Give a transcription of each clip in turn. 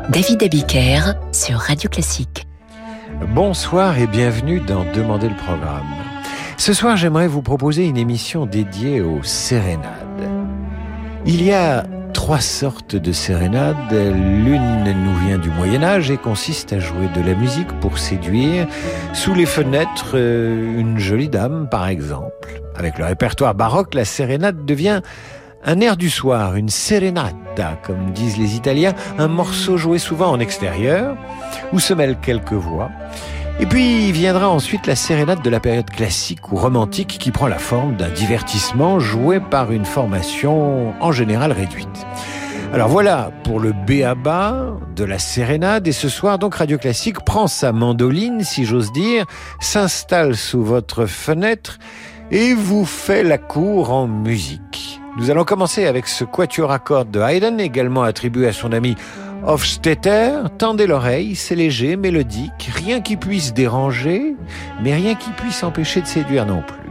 David Abiker sur Radio Classique. Bonsoir et bienvenue dans Demandez le programme. Ce soir, j'aimerais vous proposer une émission dédiée aux sérénades. Il y a 3 sortes de sérénades. L'une nous vient du Moyen-Âge et consiste à jouer de la musique pour séduire sous les fenêtres une jolie dame, par exemple. Avec le répertoire baroque, la sérénade devient un air du soir, une serenata, comme disent les Italiens, un morceau joué souvent en extérieur, où se mêlent quelques voix. Et puis viendra ensuite la sérénade de la période classique ou romantique qui prend la forme d'un divertissement joué par une formation en général réduite. Alors voilà pour le b.a.-ba de la sérénade, et ce soir donc Radio Classique prend sa mandoline, si j'ose dire, s'installe sous votre fenêtre et vous fait la cour en musique. Nous allons commencer avec ce quatuor à cordes de Haydn, également attribué à son ami Hofstetter. Tendez l'oreille, c'est léger, mélodique, rien qui puisse déranger, mais rien qui puisse empêcher de séduire non plus.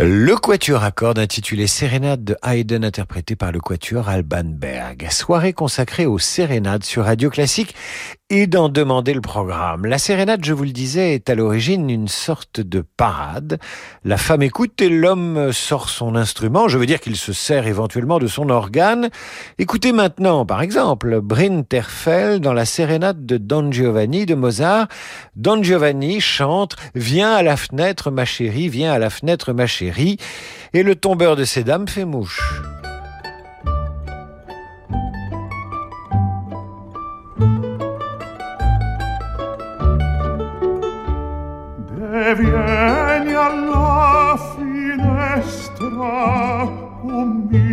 Le quatuor à cordes intitulé Sérénade de Haydn interprété par le quatuor Alban Berg. Soirée consacrée aux sérénades sur Radio Classique et d'en demander le programme. La sérénade, je vous le disais, est à l'origine une sorte de parade. La femme écoute et l'homme sort son instrument. Je veux dire qu'il se sert éventuellement de son organe. Écoutez maintenant, par exemple, Bryn Terfel dans la sérénade de Don Giovanni de Mozart. Don Giovanni chante « Viens à la fenêtre, ma chérie, viens à la fenêtre, ma chérie ». Et le tombeur de ces dames fait mouche. Vieni alla finestra, oh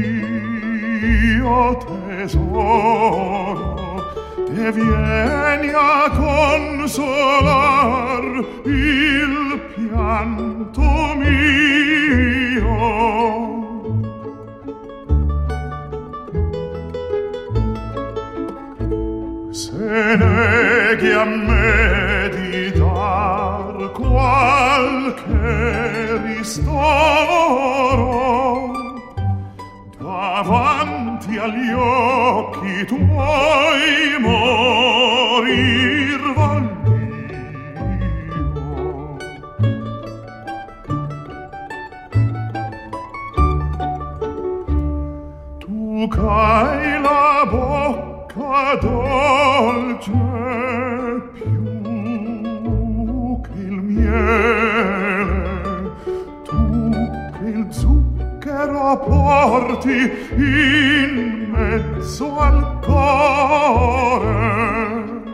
mio tesoro, e vieni a consolar il pianto mio. Se neghi a me di dar qualche ristoro davanti agli occhi tuoi morir voglio. Tu c'hai la bocca dolce più che il miele, tu che il zucchero porti in mezzo al cuore.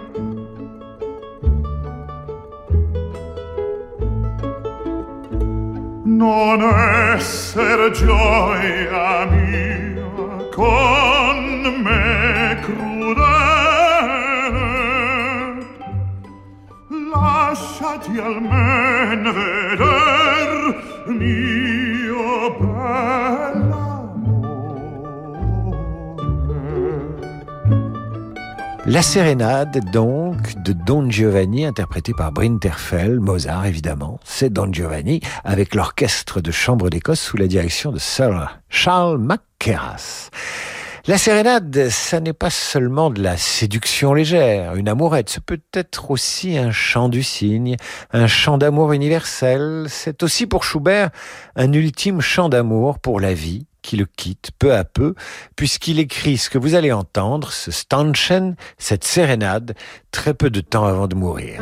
Non esser gioia mia con me crudele, lasciati almen veder mio bell'amore. La sérénade, donc, de Don Giovanni, interprétée par Bryn Terfel, Mozart évidemment. C'est Don Giovanni, avec l'orchestre de chambre d'Écosse sous la direction de Sir Charles Mackerras. La sérénade, ça n'est pas seulement de la séduction légère, une amourette, ce peut être aussi un chant du cygne, un chant d'amour universel. C'est aussi pour Schubert un ultime chant d'amour pour la vie, qui le quitte peu à peu, puisqu'il écrit ce que vous allez entendre, ce Stanchen, cette sérénade, très peu de temps avant de mourir.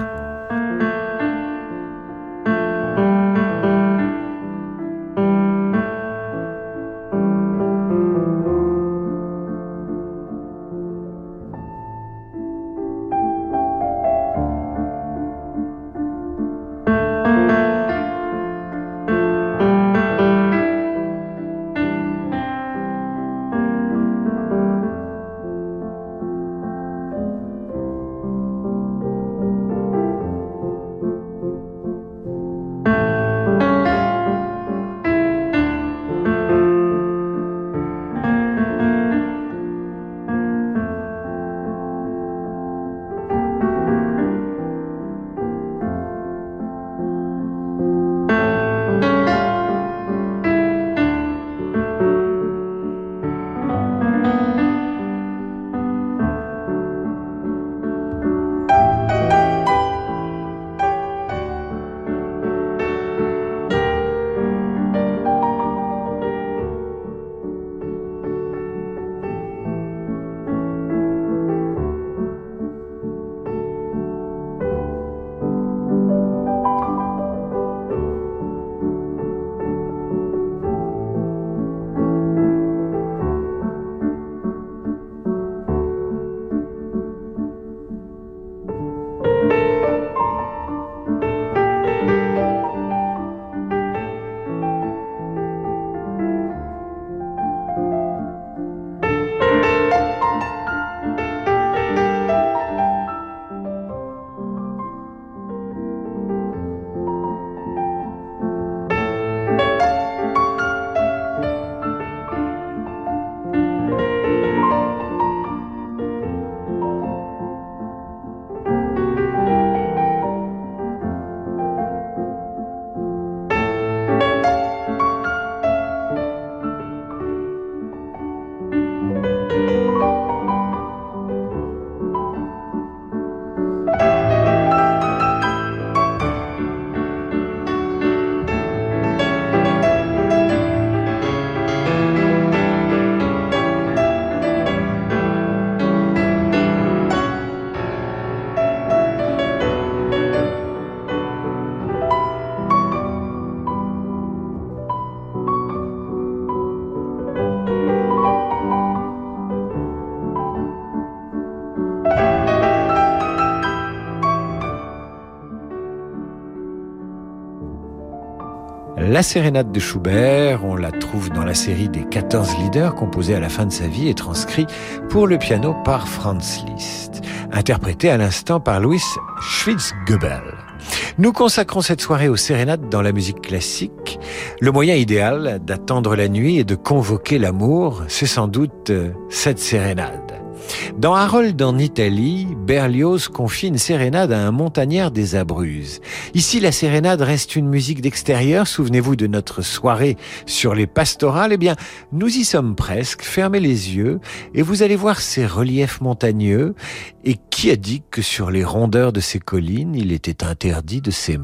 La sérénade de Schubert, on la trouve dans la série des 14 lieder composés à la fin de sa vie et transcrits pour le piano par Franz Liszt, interprété à l'instant par Louis Schwitzgebel. Nous consacrons cette soirée aux sérénades dans la musique classique. Le moyen idéal d'attendre la nuit et de convoquer l'amour, c'est sans doute cette sérénade. Dans Harold en Italie, Berlioz confie une sérénade à un montagnard des Abruzzes. Ici, la sérénade reste une musique d'extérieur. Souvenez-vous de notre soirée sur les pastorales. Eh bien, nous y sommes presque. Fermez les yeux et vous allez voir ces reliefs montagneux. Et qui a dit que sur les rondeurs de ces collines, il était interdit de s'aimer ?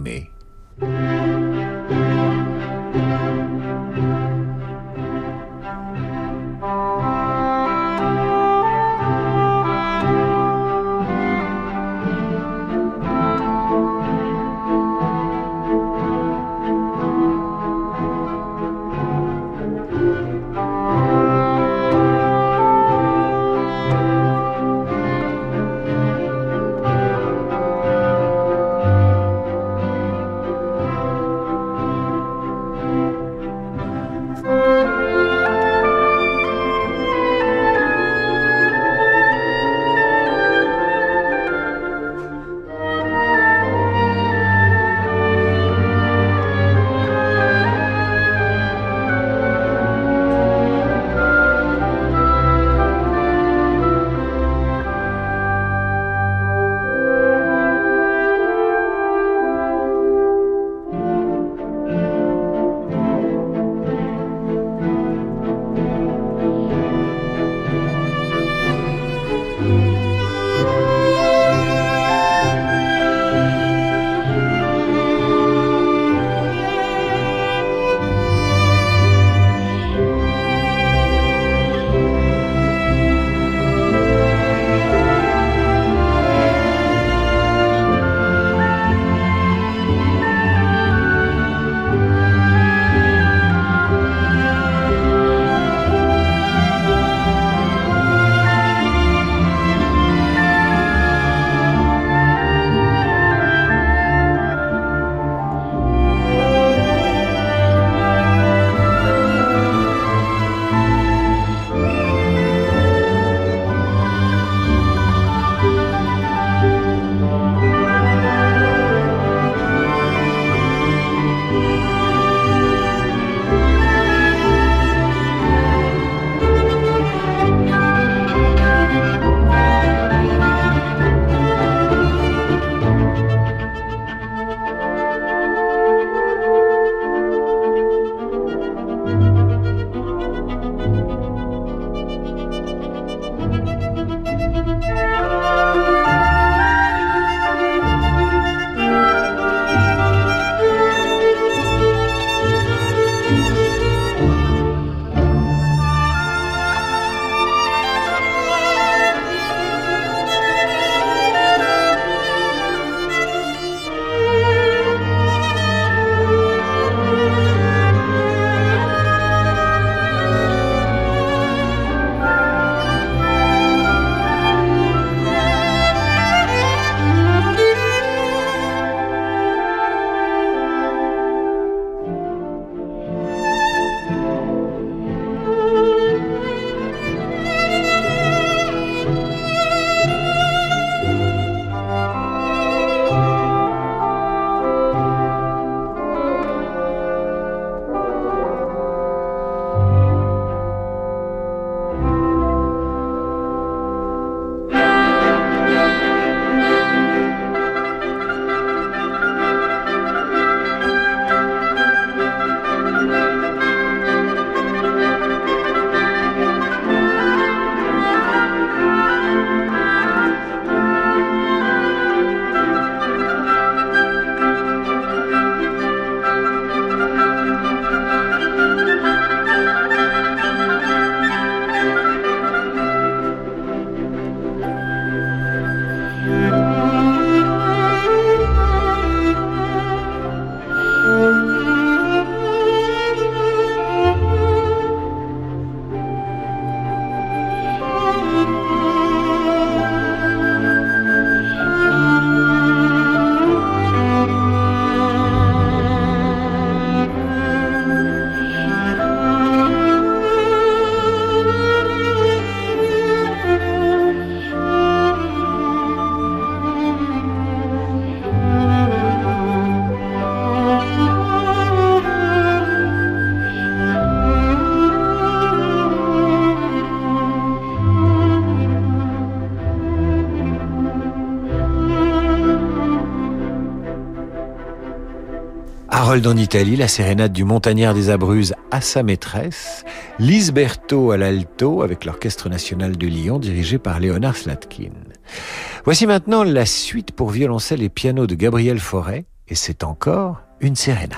Harold en Italie, la sérénade du montagnard des Abruzzes à sa maîtresse, Lisberto à l'alto avec l'Orchestre national de Lyon dirigé par Léonard Slatkin. Voici maintenant la suite pour violoncelle et piano de Gabriel Fauré, et c'est encore une sérénade.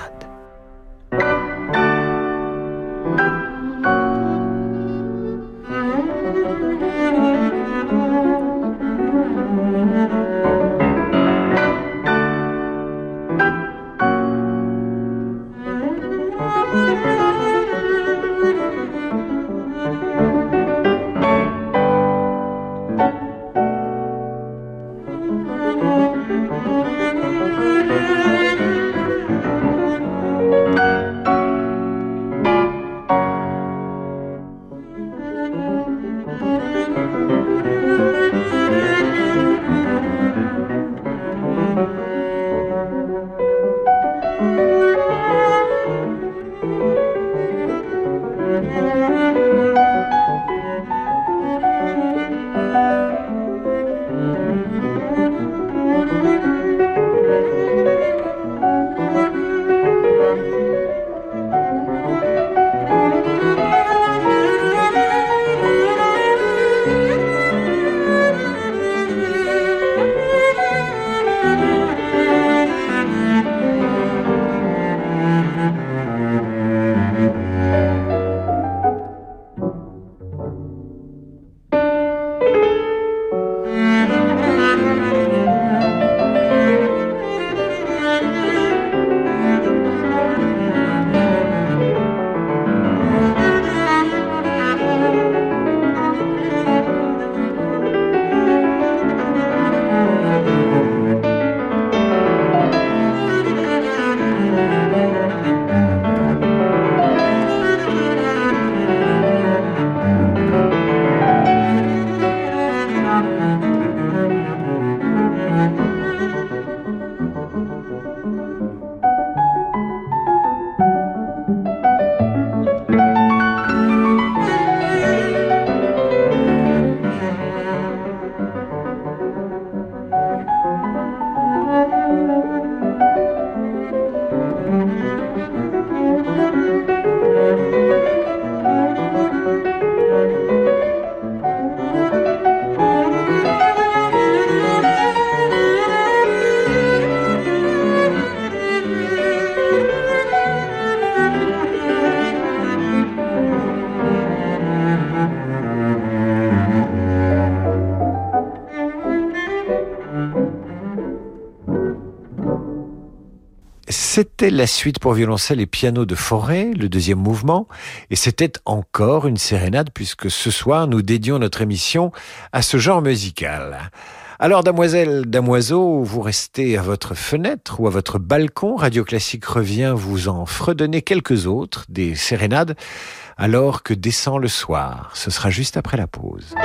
C'était la suite pour violoncelle et piano de Fauré, le deuxième mouvement, et c'était encore une sérénade puisque ce soir nous dédions notre émission à ce genre musical. Alors, damoiselles, damoiseaux, vous restez à votre fenêtre ou à votre balcon. Radio Classique revient vous en fredonner quelques autres, des sérénades, alors que descend le soir. Ce sera juste après la pause.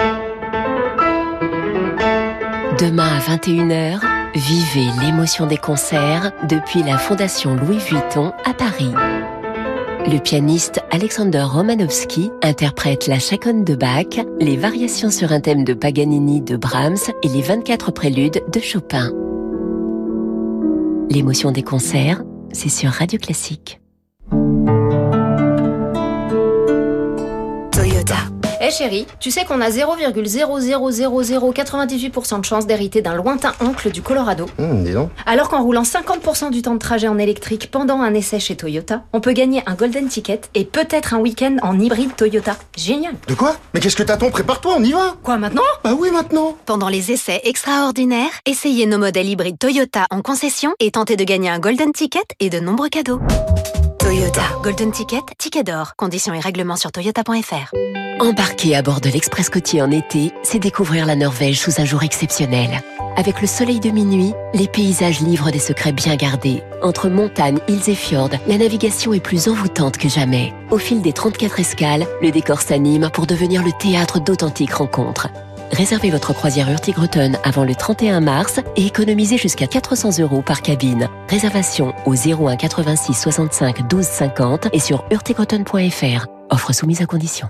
Demain à 21h, vivez l'émotion des concerts depuis la Fondation Louis Vuitton à Paris. Le pianiste Alexander Romanowski interprète la chaconne de Bach, les variations sur un thème de Paganini de Brahms et les 24 préludes de Chopin. L'émotion des concerts, c'est sur Radio Classique. Toyota. Eh chérie, tu sais qu'on a 0,00098% de chance d'hériter d'un lointain oncle du Colorado. Dis donc. Alors qu'en roulant 50% du temps de trajet en électrique pendant un essai chez Toyota, on peut gagner un golden ticket et peut-être un week-end en hybride Toyota. Génial. De quoi? Mais qu'est-ce que t'attends? Prépare-toi, on y va. Quoi maintenant? Bah oui, maintenant. Pendant les essais extraordinaires, essayez nos modèles hybrides Toyota en concession et tentez de gagner un golden ticket et de nombreux cadeaux. Toyota. Golden ticket, ticket d'or. Conditions et règlements sur toyota.fr. Embarquer à bord de l'Express côtier en été, c'est découvrir la Norvège sous un jour exceptionnel. Avec le soleil de minuit, les paysages livrent des secrets bien gardés. Entre montagnes, îles et fjords, la navigation est plus envoûtante que jamais. Au fil des 34 escales, le décor s'anime pour devenir le théâtre d'authentiques rencontres. Réservez votre croisière Hurtigruten avant le 31 mars et économisez jusqu'à 400 € par cabine. Réservation au 01 86 65 12 50 et sur hurtigruten.fr. Offre soumise à condition.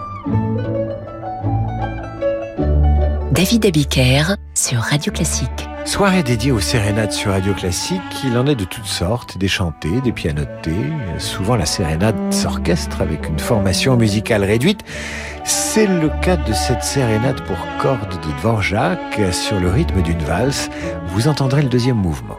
David Abiker sur Radio Classique. Soirée dédiée aux sérénades sur Radio Classique. Il en est de toutes sortes, des chantées, des pianotés. Souvent la sérénade s'orchestre avec une formation musicale réduite. C'est le cas de cette sérénade pour cordes de Dvorak sur le rythme d'une valse. Vous entendrez le deuxième mouvement.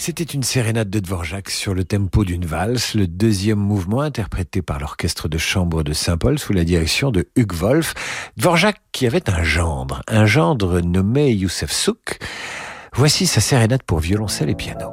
C'était une sérénade de Dvorak sur le tempo d'une valse, le deuxième mouvement interprété par l'orchestre de chambre de Saint-Paul sous la direction de Hugues Wolf. Dvorak qui avait un gendre nommé Youssef Souk. Voici sa sérénade pour violoncelle et piano.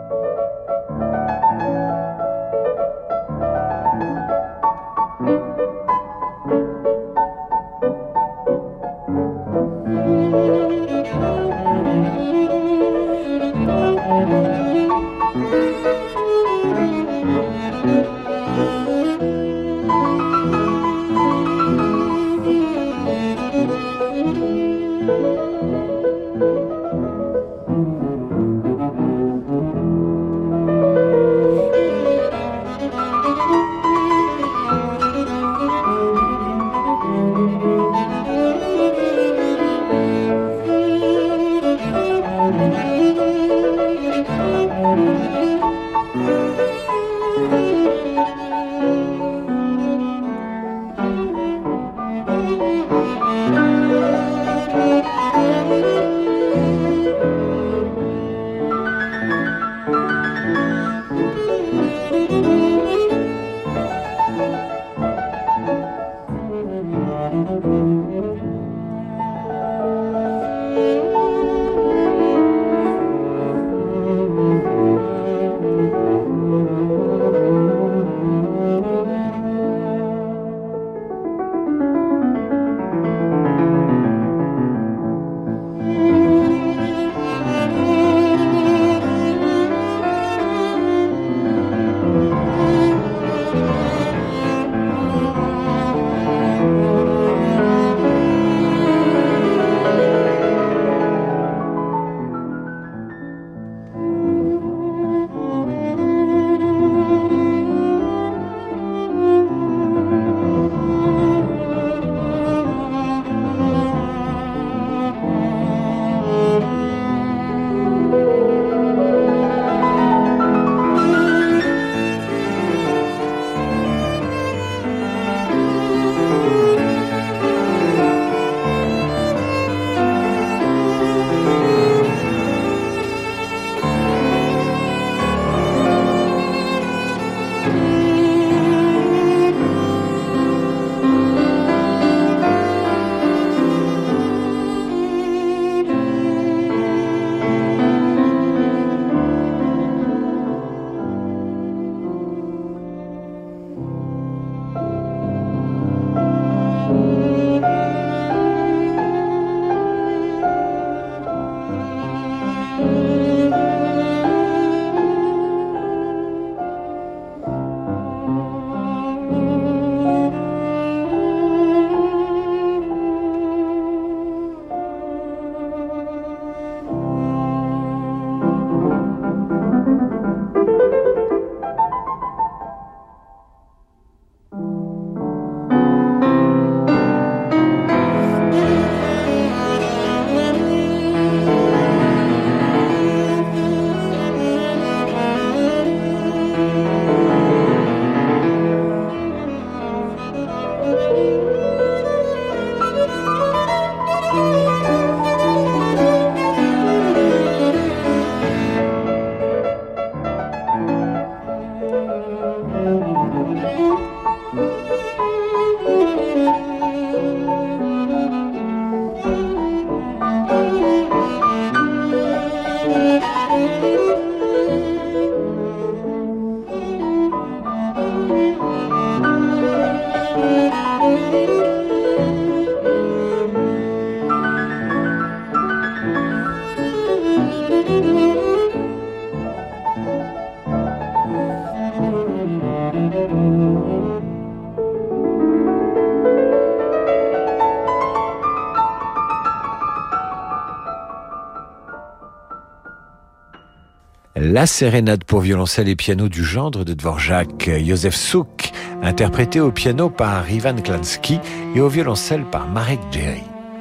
La sérénade pour violoncelle et piano du gendre de Dvorak, Józef Suk, interprété au piano par Ivan Klansky et au violoncelle par Marek Jerry.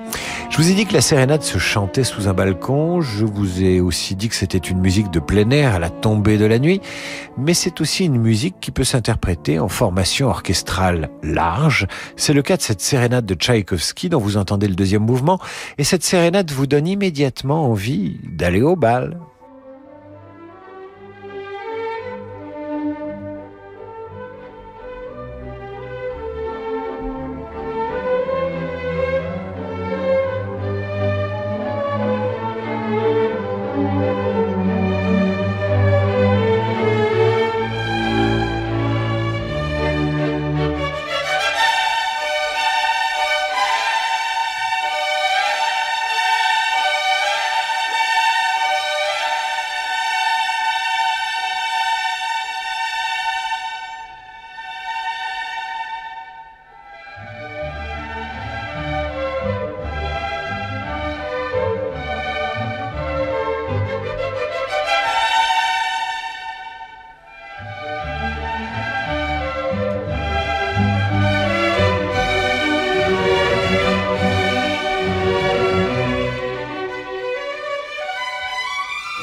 Je vous ai dit que la sérénade se chantait sous un balcon, je vous ai aussi dit que c'était une musique de plein air à la tombée de la nuit, mais c'est aussi une musique qui peut s'interpréter en formation orchestrale large. C'est le cas de cette sérénade de Tchaïkovski dont vous entendez le deuxième mouvement, et cette sérénade vous donne immédiatement envie d'aller au bal.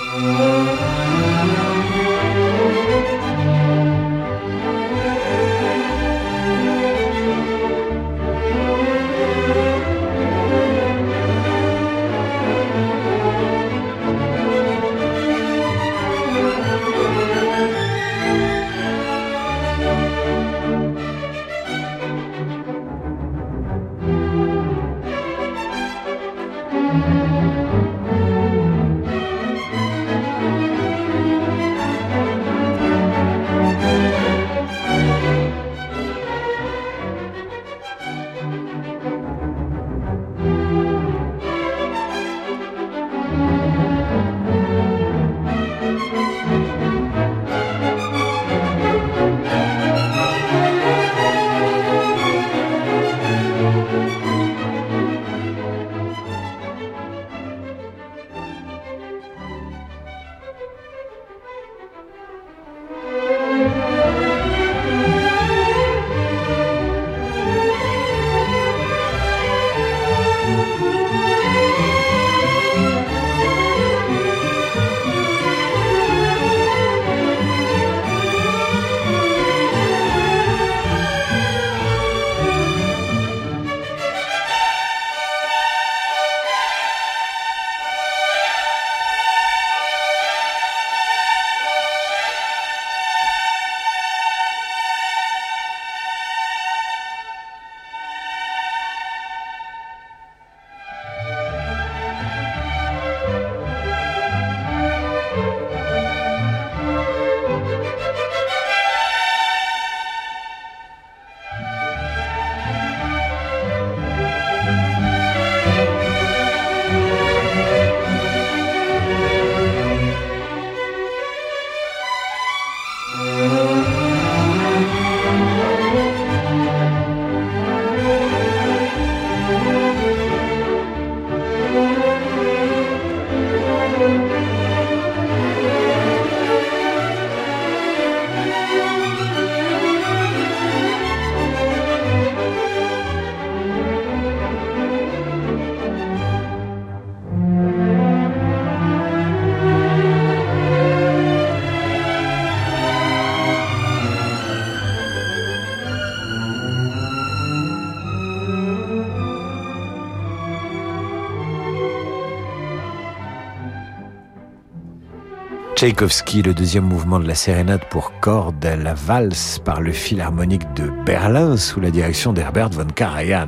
Tchaïkovski, le deuxième mouvement de la sérénade pour cordes, la valse par le Philharmonique de Berlin sous la direction d'Herbert von Karajan.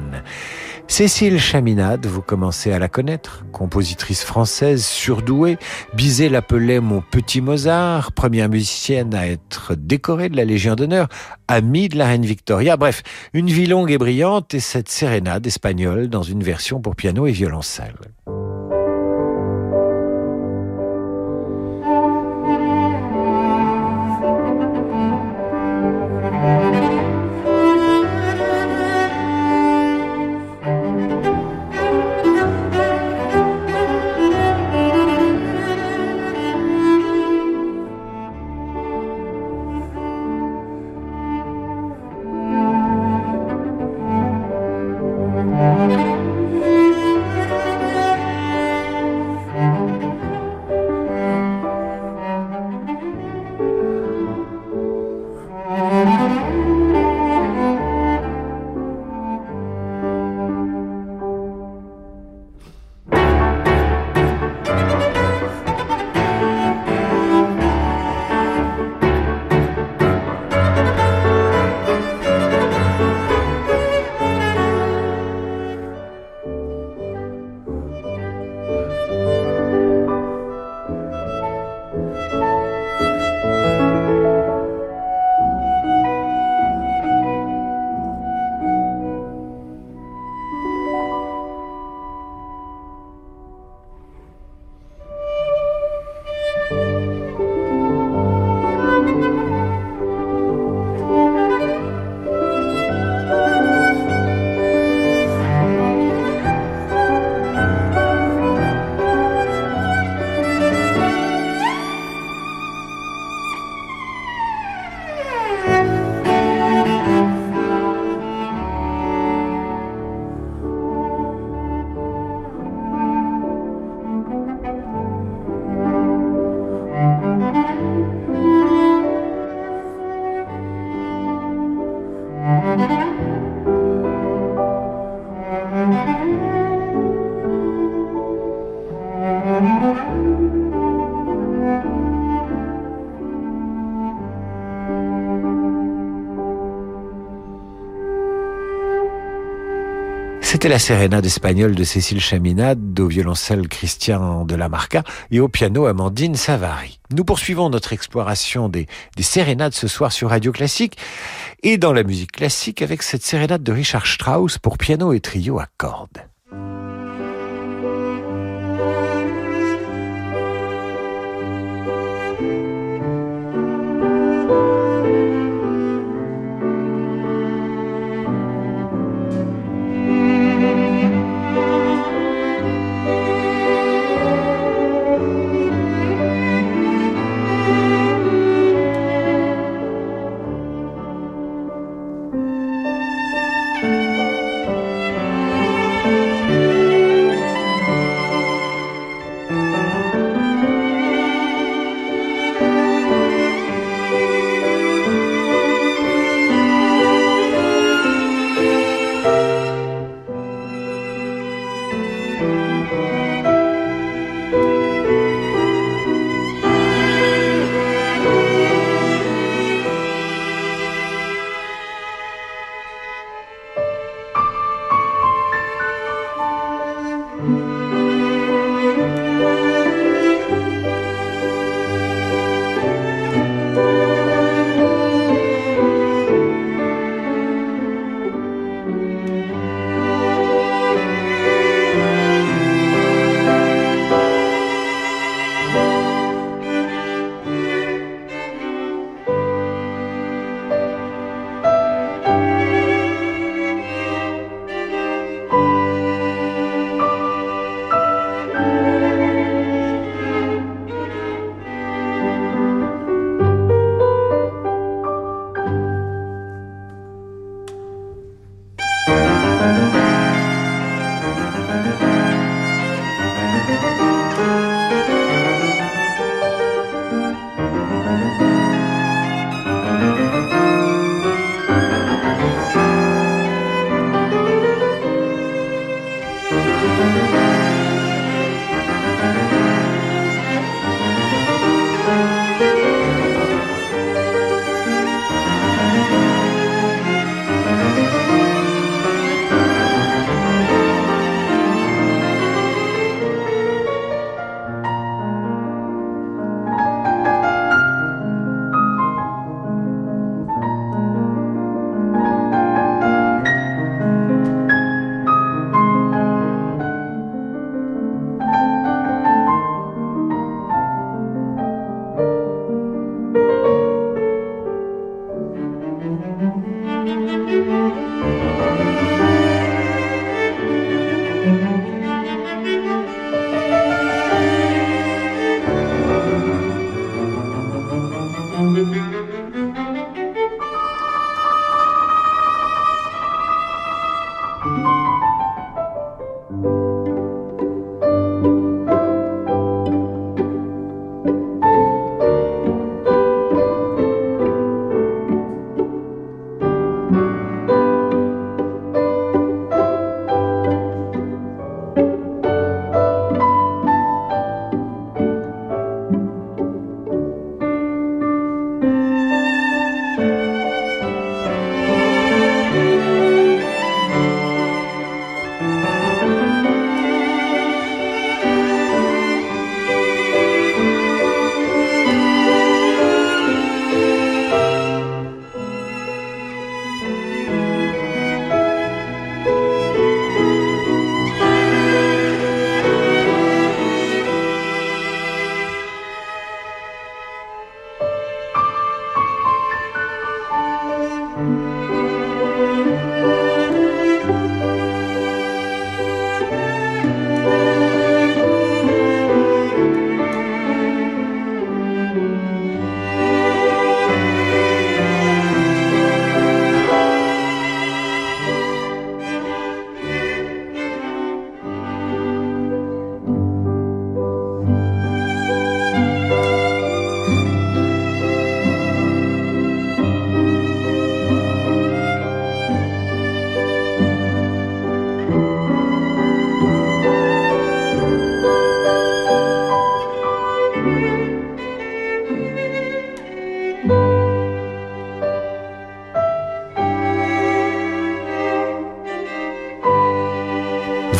Cécile Chaminade, vous commencez à la connaître, compositrice française surdouée. Bizet l'appelait mon petit Mozart, première musicienne à être décorée de la Légion d'honneur, amie de la reine Victoria. Bref, une vie longue et brillante et cette sérénade espagnole dans une version pour piano et violoncelle. C'était la sérénade espagnole de Cécile Chaminade, au violoncelle Christian de la Marca et au piano Amandine Savary. Nous poursuivons notre exploration des sérénades ce soir sur Radio Classique et dans la musique classique avec cette sérénade de Richard Strauss pour piano et trio à cordes.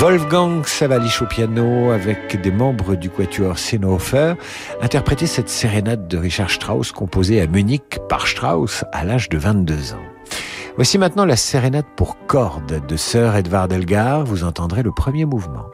Wolfgang Sawallisch au piano avec des membres du quatuor Seehofer interprétaient cette sérénade de Richard Strauss composée à Munich par Strauss à l'âge de 22 ans. Voici maintenant la sérénade pour cordes de Sir Edvard Elgar. Vous entendrez le premier mouvement.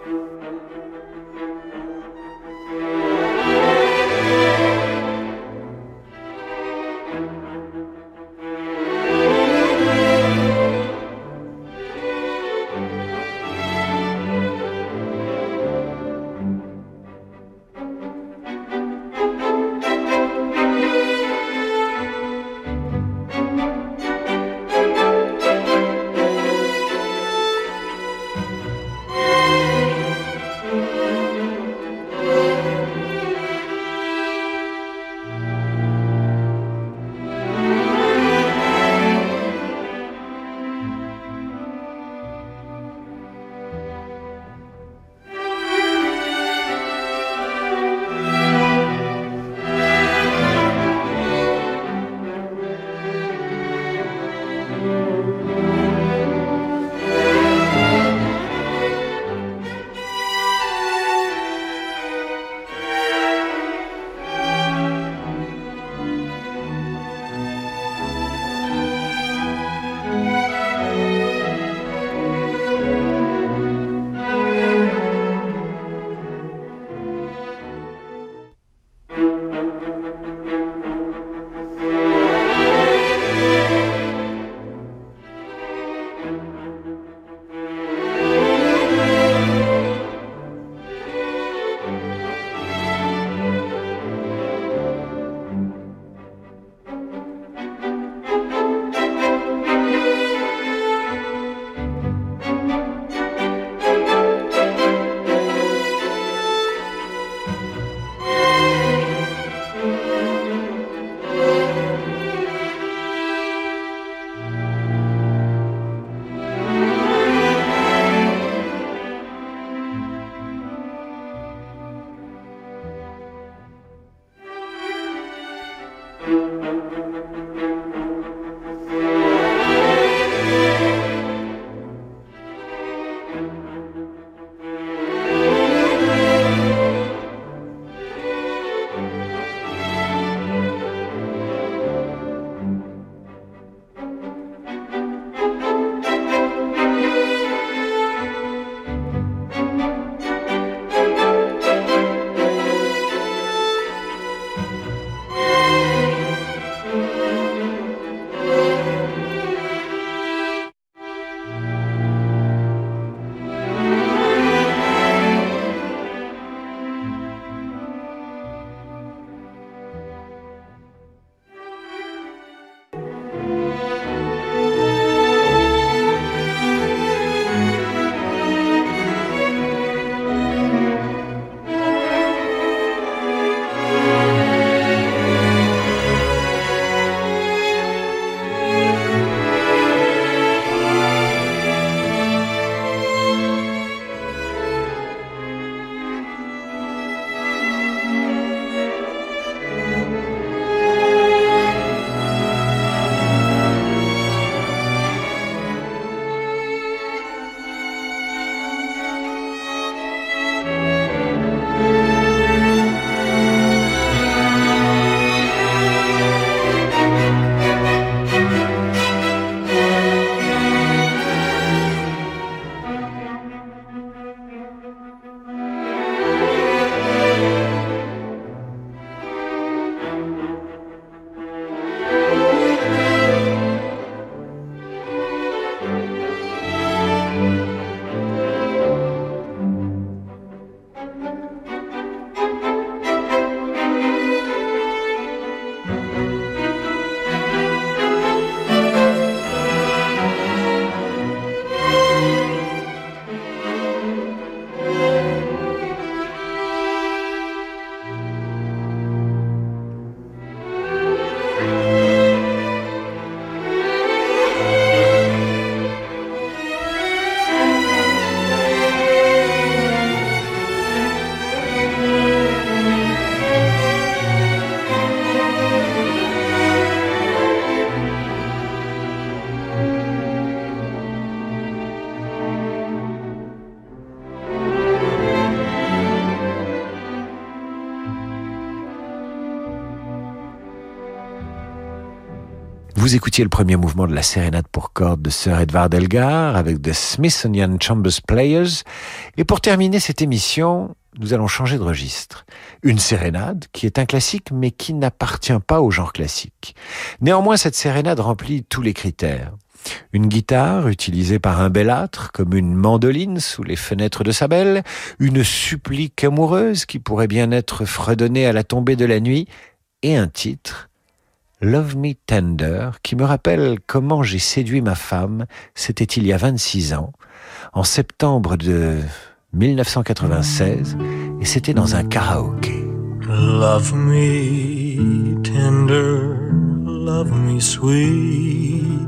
Vous écoutiez le premier mouvement de la sérénade pour cordes de Sir Edvard Elgar avec The Smithsonian Chambers Players. Et pour terminer cette émission, nous allons changer de registre. Une sérénade qui est un classique mais qui n'appartient pas au genre classique. Néanmoins, cette sérénade remplit tous les critères. Une guitare utilisée par un bellâtre comme une mandoline sous les fenêtres de sa belle, une supplique amoureuse qui pourrait bien être fredonnée à la tombée de la nuit, et un titre, Love Me Tender, qui me rappelle comment j'ai séduit ma femme, c'était il y a 26 ans, en septembre de 1996, et c'était dans un karaoké. Love me tender, love me sweet,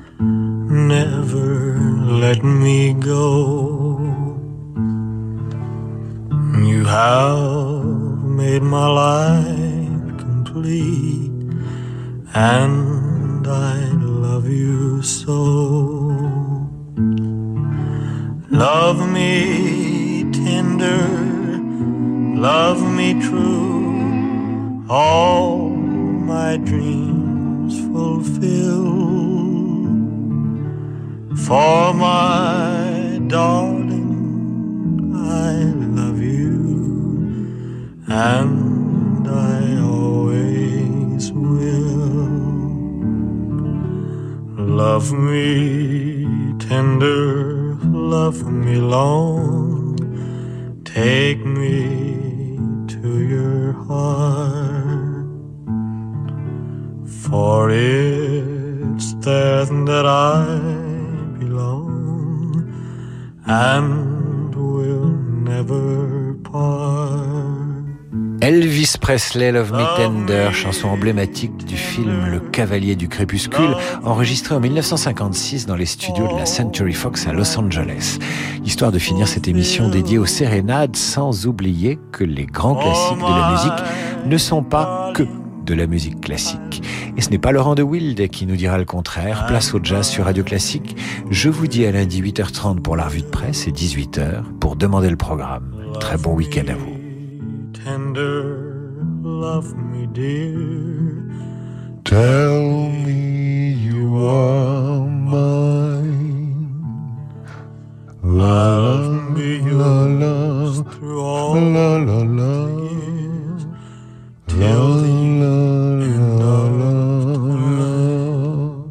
never let me go. You have made my life complete, and I love you so. Love me tender, love me true, all my dreams fulfill. For my darling, I love you, and I always will. Love me tender, love me long, take me to your heart, for it's there that I belong and will never part. Elvis Presley, Love Me Tender, chanson emblématique du film Le Cavalier du Crépuscule, enregistré en 1956 dans les studios de la Century Fox à Los Angeles. Histoire de finir cette émission dédiée aux sérénades, sans oublier que les grands classiques de la musique ne sont pas que de la musique classique. Et ce n'est pas Laurent de Wilde qui nous dira le contraire. Place au jazz sur Radio Classique. Je vous dis à lundi 8h30 pour la revue de presse et 18h pour demander le programme. Très bon week-end à vous. Tender, love me dear, tell me you are mine. Love me yours through all the years, till the end of time.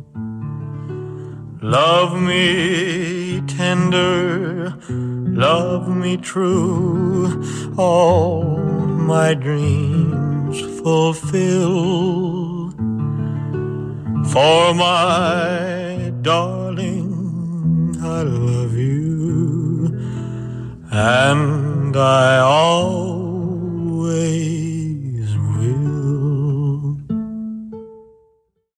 Love me tender, love me true, all my dreams fulfill. For my darling, I love you, and I always